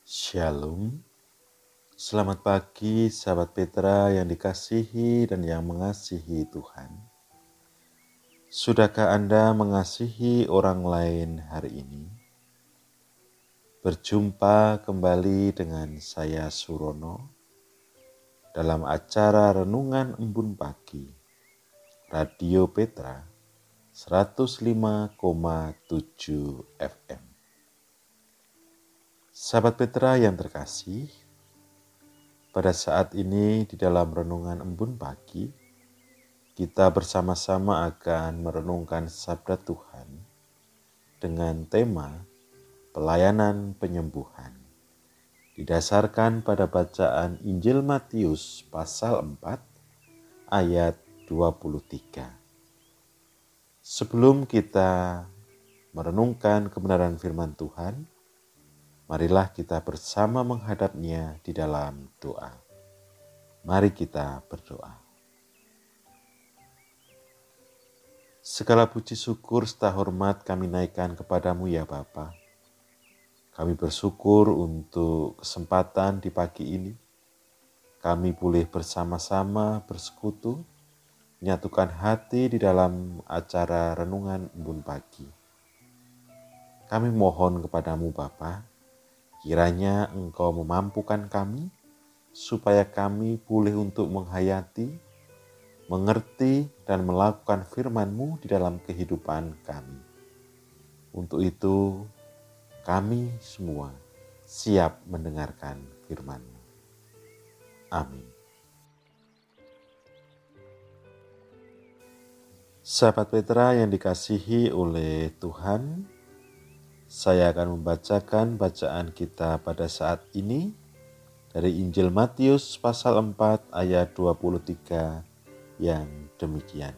Shalom, selamat pagi sahabat Petra yang dikasihi dan yang mengasihi Tuhan. Sudahkah Anda mengasihi orang lain hari ini? Berjumpa kembali dengan saya Surono dalam acara Renungan Embun Pagi, Radio Petra 105,7 FM. Sahabat Petra yang terkasih, pada saat ini di dalam Renungan Embun Pagi, kita bersama-sama akan merenungkan sabda Tuhan dengan tema pelayanan penyembuhan. Didasarkan pada bacaan Injil Matius pasal 4 ayat 23. Sebelum kita merenungkan kebenaran firman Tuhan, marilah kita bersama menghadapnya di dalam doa. Mari kita berdoa. Segala puji syukur serta hormat kami naikkan kepadamu ya Bapa. Kami bersyukur untuk kesempatan di pagi ini. Kami boleh bersama-sama bersekutu, menyatukan hati di dalam acara Renungan Embun Pagi. Kami mohon kepadamu Bapa, kiranya Engkau memampukan kami, supaya kami boleh untuk menghayati, mengerti dan melakukan firman-Mu di dalam kehidupan kami. Untuk itu, kami semua siap mendengarkan firman-Mu. Amin. Sahabat Petra yang dikasihi oleh Tuhan, saya akan membacakan bacaan kita pada saat ini dari Injil Matius pasal 4 ayat 23 yang demikian.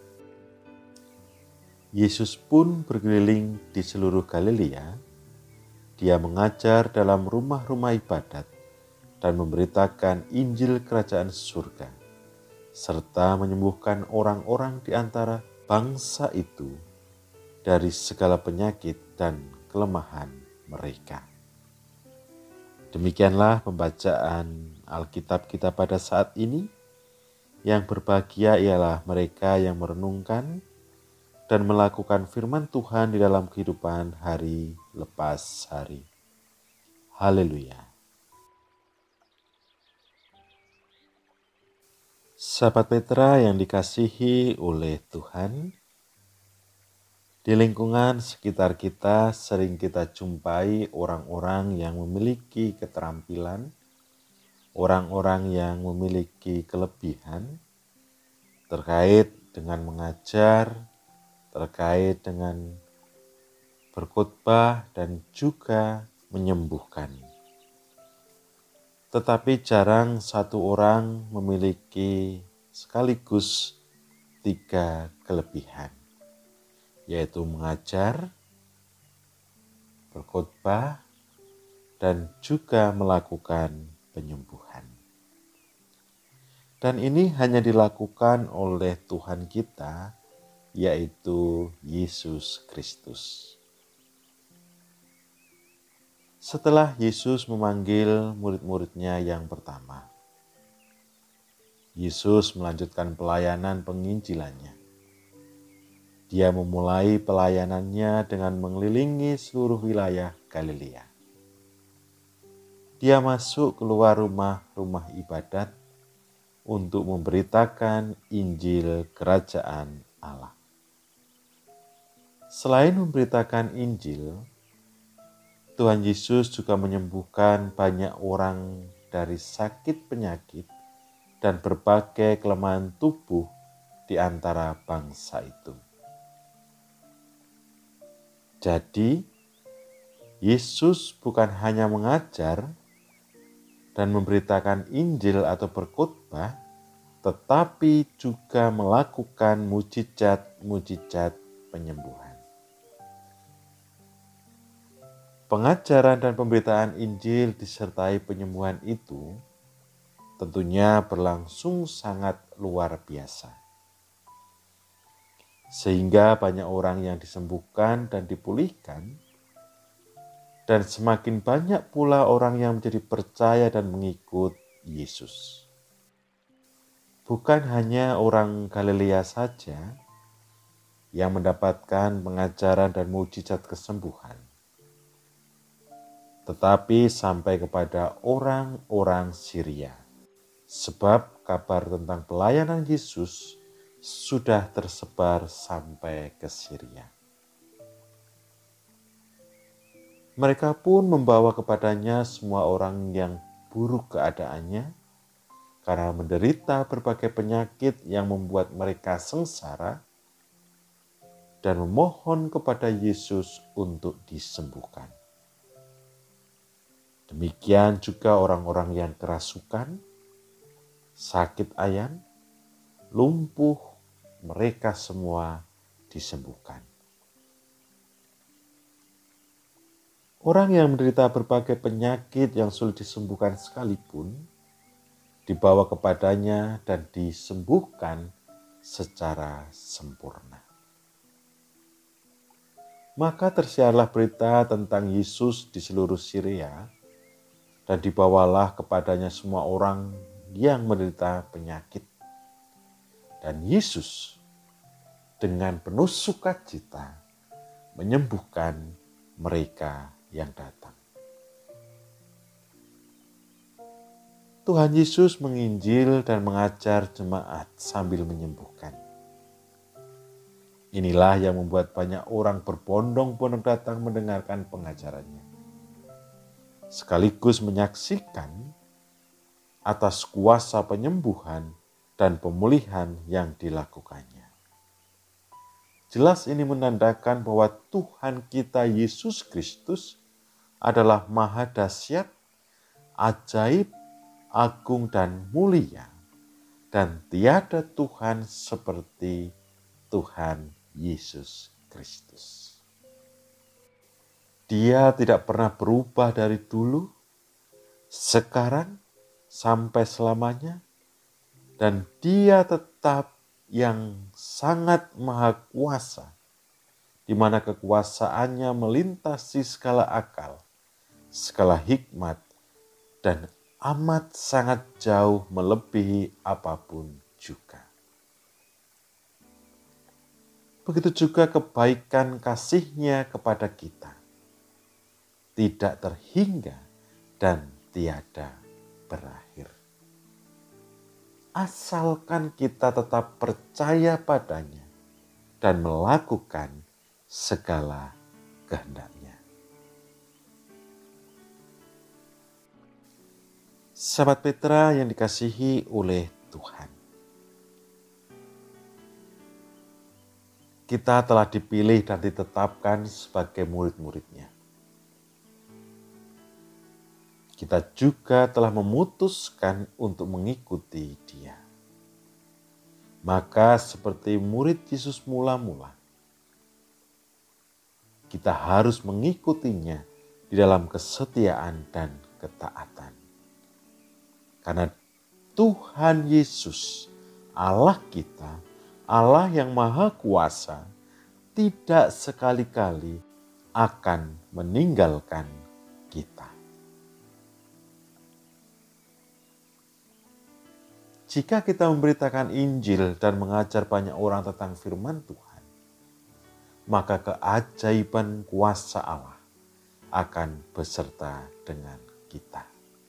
Yesus pun berkeliling di seluruh Galilea. Dia mengajar dalam rumah-rumah ibadat dan memberitakan Injil Kerajaan Surga, serta menyembuhkan orang-orang di antara bangsa itu dari segala penyakit dan kelemahan mereka. Demikianlah pembacaan Alkitab kita pada saat ini. Yang berbahagia ialah mereka yang merenungkan dan melakukan firman Tuhan di dalam kehidupan hari lepas hari. Haleluya. Sahabat Petra yang dikasihi oleh Tuhan, di lingkungan sekitar kita sering kita jumpai orang-orang yang memiliki keterampilan, orang-orang yang memiliki kelebihan terkait dengan mengajar, terkait dengan berkhotbah dan juga menyembuhkan. Tetapi jarang satu orang memiliki sekaligus 3 kelebihan, yaitu mengajar, berkhotbah, dan juga melakukan penyembuhan. Dan ini hanya dilakukan oleh Tuhan kita, yaitu Yesus Kristus. Setelah Yesus memanggil murid-muridnya yang pertama, Yesus melanjutkan pelayanan penginjilannya. Dia memulai pelayanannya dengan mengelilingi seluruh wilayah Galilea. Dia masuk keluar rumah-rumah ibadat untuk memberitakan Injil Kerajaan Allah. Selain memberitakan Injil, Tuhan Yesus juga menyembuhkan banyak orang dari sakit penyakit dan berbagai kelemahan tubuh di antara bangsa itu. Jadi, Yesus bukan hanya mengajar dan memberitakan Injil atau berkhotbah, tetapi juga melakukan mujizat-mujizat penyembuhan. Pengajaran dan pemberitaan Injil disertai penyembuhan itu tentunya berlangsung sangat luar biasa. Sehingga banyak orang yang disembuhkan dan dipulihkan dan semakin banyak pula orang yang menjadi percaya dan mengikut Yesus. Bukan hanya orang Galilea saja yang mendapatkan pengajaran dan mujizat kesembuhan, tetapi sampai kepada orang-orang Syria. Sebab kabar tentang pelayanan Yesus sudah tersebar sampai ke Syria. Mereka pun membawa kepadanya semua orang yang buruk keadaannya karena menderita berbagai penyakit yang membuat mereka sengsara dan memohon kepada Yesus untuk disembuhkan. Demikian juga orang-orang yang kerasukan, sakit ayan, lumpuh, mereka semua disembuhkan. Orang yang menderita berbagai penyakit yang sulit disembuhkan sekalipun dibawa kepadanya dan disembuhkan secara sempurna. Maka tersiarlah berita tentang Yesus di seluruh Syria dan dibawalah kepadanya semua orang yang menderita penyakit. Dan Yesus dengan penuh sukacita menyembuhkan mereka yang datang. Tuhan Yesus menginjil dan mengajar jemaat sambil menyembuhkan. Inilah yang membuat banyak orang berbondong-bondong datang mendengarkan pengajarannya, sekaligus menyaksikan atas kuasa penyembuhan dan pemulihan yang dilakukannya. Jelas ini menandakan bahwa Tuhan kita Yesus Kristus adalah maha dahsyat, ajaib, agung dan mulia, dan tiada Tuhan seperti Tuhan Yesus Kristus. Dia tidak pernah berubah dari dulu, sekarang, sampai selamanya, dan Dia tetap yang sangat maha kuasa, di mana kekuasaannya melintasi segala akal, segala hikmat, dan amat sangat jauh melebihi apapun juga. Begitu juga kebaikan kasih-Nya kepada kita, tidak terhingga dan tiada berakhir. Asalkan kita tetap percaya padanya dan melakukan segala kehendak-Nya. Sahabat Petra yang dikasihi oleh Tuhan, kita telah dipilih dan ditetapkan sebagai murid-murid-Nya. Kita juga telah memutuskan untuk mengikuti Dia. Maka seperti murid Yesus mula-mula, kita harus mengikutinya di dalam kesetiaan dan ketaatan. Karena Tuhan Yesus, Allah kita, Allah yang maha kuasa, tidak sekali-kali akan meninggalkan kita. Jika kita memberitakan Injil dan mengajar banyak orang tentang firman Tuhan, maka keajaiban kuasa Allah akan beserta dengan kita.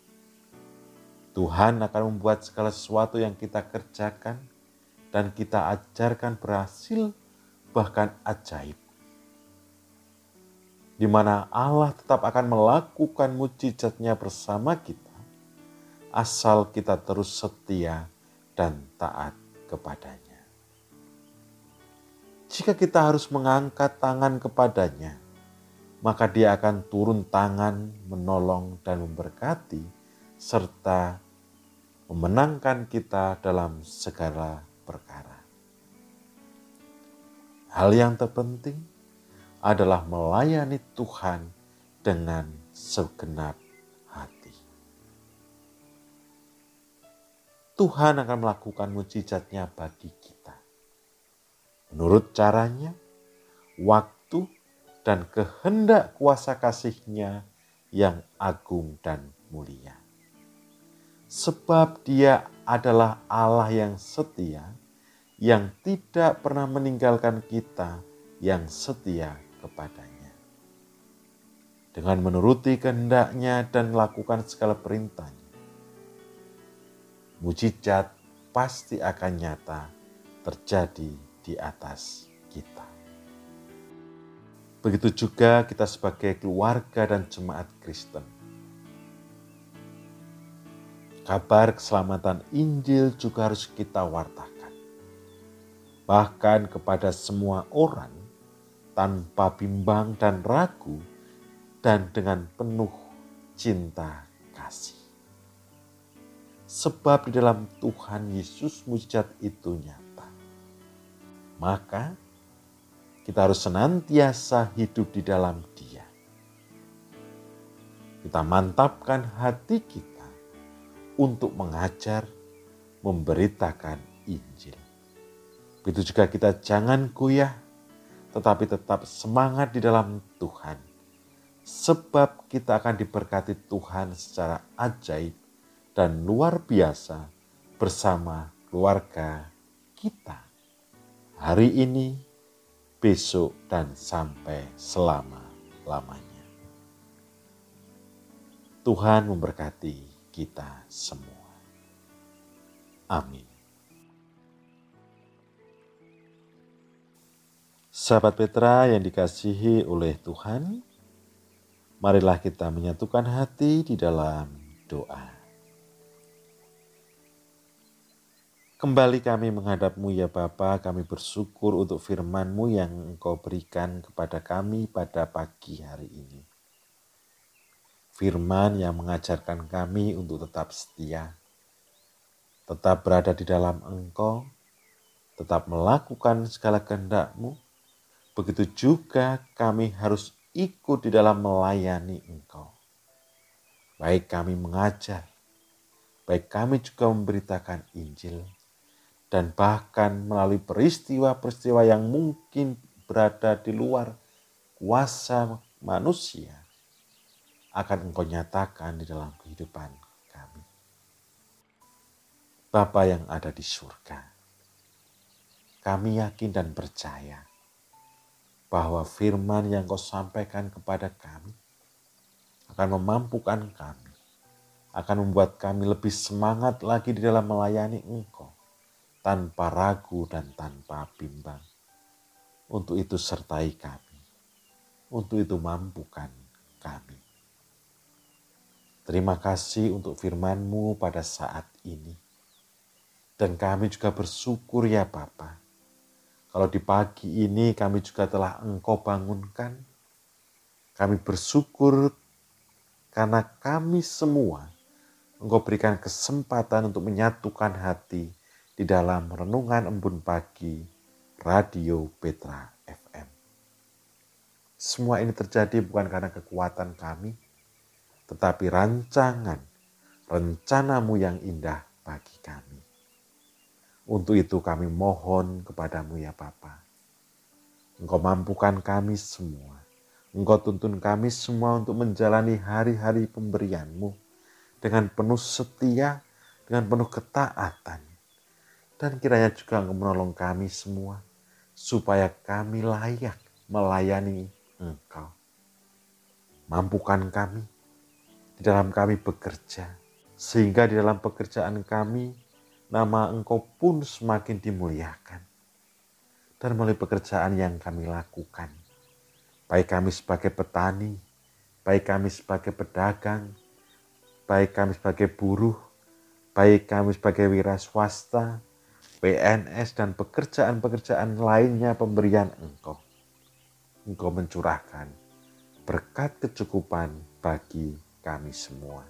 Tuhan akan membuat segala sesuatu yang kita kerjakan dan kita ajarkan berhasil, bahkan ajaib. Di mana Allah tetap akan melakukan mujizat-Nya bersama kita, asal kita terus setia dan taat kepadanya. Jika kita harus mengangkat tangan kepadanya, maka Dia akan turun tangan, menolong dan memberkati, serta memenangkan kita dalam segala perkara. Hal yang terpenting adalah melayani Tuhan dengan segenap hati. Tuhan akan melakukan mujizat-Nya bagi kita menurut caranya, waktu, dan kehendak kuasa kasih-Nya yang agung dan mulia. Sebab Dia adalah Allah yang setia, yang tidak pernah meninggalkan kita, yang setia kepadanya. Dengan menuruti kehendak-Nya dan melakukan segala perintah-Nya, mujizat pasti akan nyata terjadi di atas kita. Begitu juga kita sebagai keluarga dan jemaat Kristen. Kabar keselamatan Injil juga harus kita wartakan. Bahkan kepada semua orang tanpa bimbang dan ragu dan dengan penuh cinta kasih. Sebab di dalam Tuhan Yesus mujizat itu nyata. Maka kita harus senantiasa hidup di dalam Dia. Kita mantapkan hati kita untuk mengajar, memberitakan Injil. Begitu juga kita jangan goyah, tetapi tetap semangat di dalam Tuhan. Sebab kita akan diberkati Tuhan secara ajaib dan luar biasa bersama keluarga kita. Hari ini, besok, dan sampai selama-lamanya. Tuhan memberkati kita semua. Amin. Sahabat Petra yang dikasihi oleh Tuhan, marilah kita menyatukan hati di dalam doa. Kembali kami menghadap-Mu ya Bapa, kami bersyukur untuk firman-Mu yang Engkau berikan kepada kami pada pagi hari ini. Firman yang mengajarkan kami untuk tetap setia, tetap berada di dalam Engkau, tetap melakukan segala kehendak-Mu. Begitu juga kami harus ikut di dalam melayani Engkau. Baik kami mengajar, baik kami juga memberitakan Injil, dan bahkan melalui peristiwa-peristiwa yang mungkin berada di luar kuasa manusia, akan Engkau nyatakan di dalam kehidupan kami. Bapa yang ada di surga, kami yakin dan percaya bahwa firman yang Kau sampaikan kepada kami akan memampukan kami, akan membuat kami lebih semangat lagi di dalam melayani Engkau, tanpa ragu dan tanpa bimbang. Untuk itu sertai kami, untuk itu mampukan kami. Terima kasih untuk firman-Mu pada saat ini. Dan kami juga bersyukur ya Bapa, kalau di pagi ini kami juga telah Engkau bangunkan. Kami bersyukur karena kami semua Engkau berikan kesempatan untuk menyatukan hati di dalam renungan embun pagi Radio Petra FM. Semua ini terjadi bukan karena kekuatan kami, tetapi rencana-Mu yang indah bagi kami. Untuk itu kami mohon kepada-Mu ya Bapa. Engkau mampukan kami semua. Engkau tuntun kami semua untuk menjalani hari-hari pemberian-Mu dengan penuh setia, dengan penuh ketaatan. Dan kiranya juga Engkau menolong kami semua, supaya kami layak melayani Engkau. Mampukan kami, di dalam kami bekerja, sehingga di dalam pekerjaan kami, nama Engkau pun semakin dimuliakan. Dan melalui pekerjaan yang kami lakukan, baik kami sebagai petani, baik kami sebagai pedagang, baik kami sebagai buruh, baik kami sebagai wira swasta, PNS, dan pekerjaan-pekerjaan lainnya pemberian Engkau. Engkau mencurahkan berkat kecukupan bagi kami semua.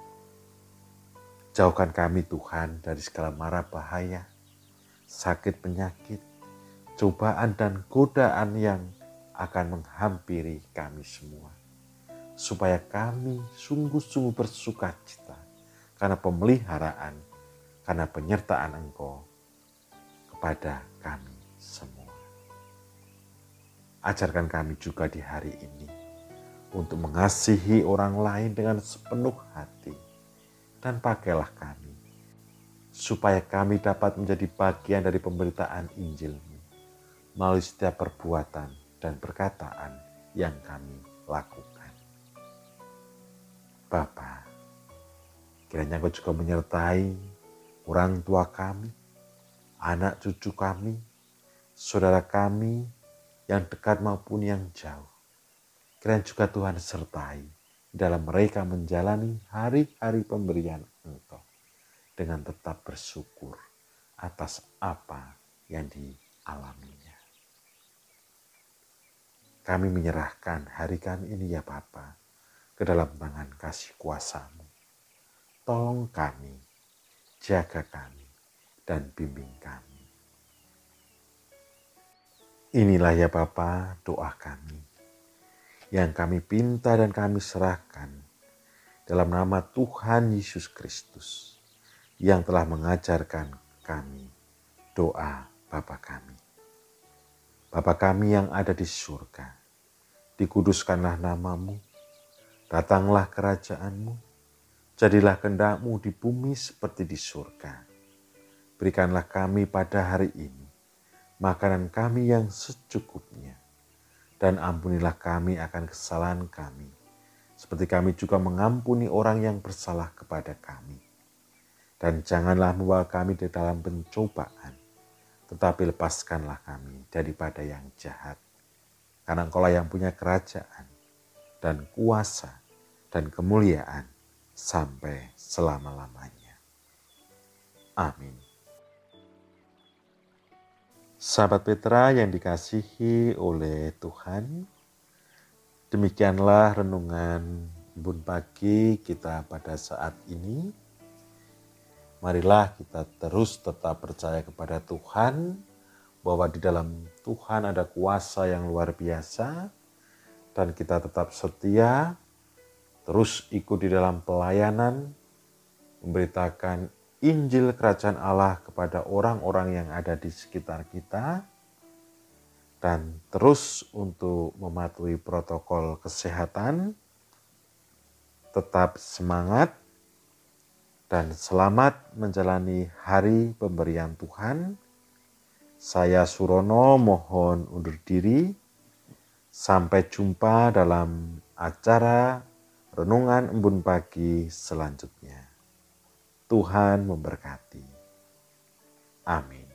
Jauhkan kami Tuhan dari segala mara bahaya, sakit penyakit, cobaan dan godaan yang akan menghampiri kami semua. Supaya kami sungguh-sungguh bersukacita karena pemeliharaan, karena penyertaan Engkau kepada kami semua. Ajarkan kami juga di hari ini untuk mengasihi orang lain dengan sepenuh hati. Dan pakailah kami, supaya kami dapat menjadi bagian dari pemberitaan Injil-Mu melalui setiap perbuatan dan perkataan yang kami lakukan. Bapa, kiranya Engkau juga menyertai orang tua kami, anak cucu kami, saudara kami yang dekat maupun yang jauh. Kiranya juga Tuhan sertai dalam mereka menjalani hari-hari pemberian Engkau dengan tetap bersyukur atas apa yang dialaminya. Kami menyerahkan hari kami ini ya Bapa ke dalam tangan kasih kuasa-Mu. Tolong kami, jaga kami, dan bimbing kami. Inilah ya Bapa doa kami yang kami pinta dan kami serahkan dalam nama Tuhan Yesus Kristus yang telah mengajarkan kami doa Bapa kami. Bapa kami yang ada di surga, dikuduskanlah nama-Mu, datanglah kerajaan-Mu, jadilah kehendak-Mu di bumi seperti di surga. Berikanlah kami pada hari ini makanan kami yang secukupnya, dan ampunilah kami akan kesalahan kami, seperti kami juga mengampuni orang yang bersalah kepada kami. Dan janganlah membawa kami di dalam pencobaan, tetapi lepaskanlah kami daripada yang jahat. Karena Engkaulah yang punya kerajaan, dan kuasa, dan kemuliaan, sampai selama-lamanya. Amin. Sahabat Petra yang dikasihi oleh Tuhan, demikianlah renungan Embun Pagi kita pada saat ini. Marilah kita terus tetap percaya kepada Tuhan, bahwa di dalam Tuhan ada kuasa yang luar biasa, dan kita tetap setia, terus ikut di dalam pelayanan, memberitakan Injil Kerajaan Allah kepada orang-orang yang ada di sekitar kita, dan terus untuk mematuhi protokol kesehatan. Tetap semangat dan selamat menjalani hari pemberian Tuhan. Saya Surono mohon undur diri. Sampai jumpa dalam acara Renungan Embun Pagi selanjutnya. Tuhan memberkati. Amin.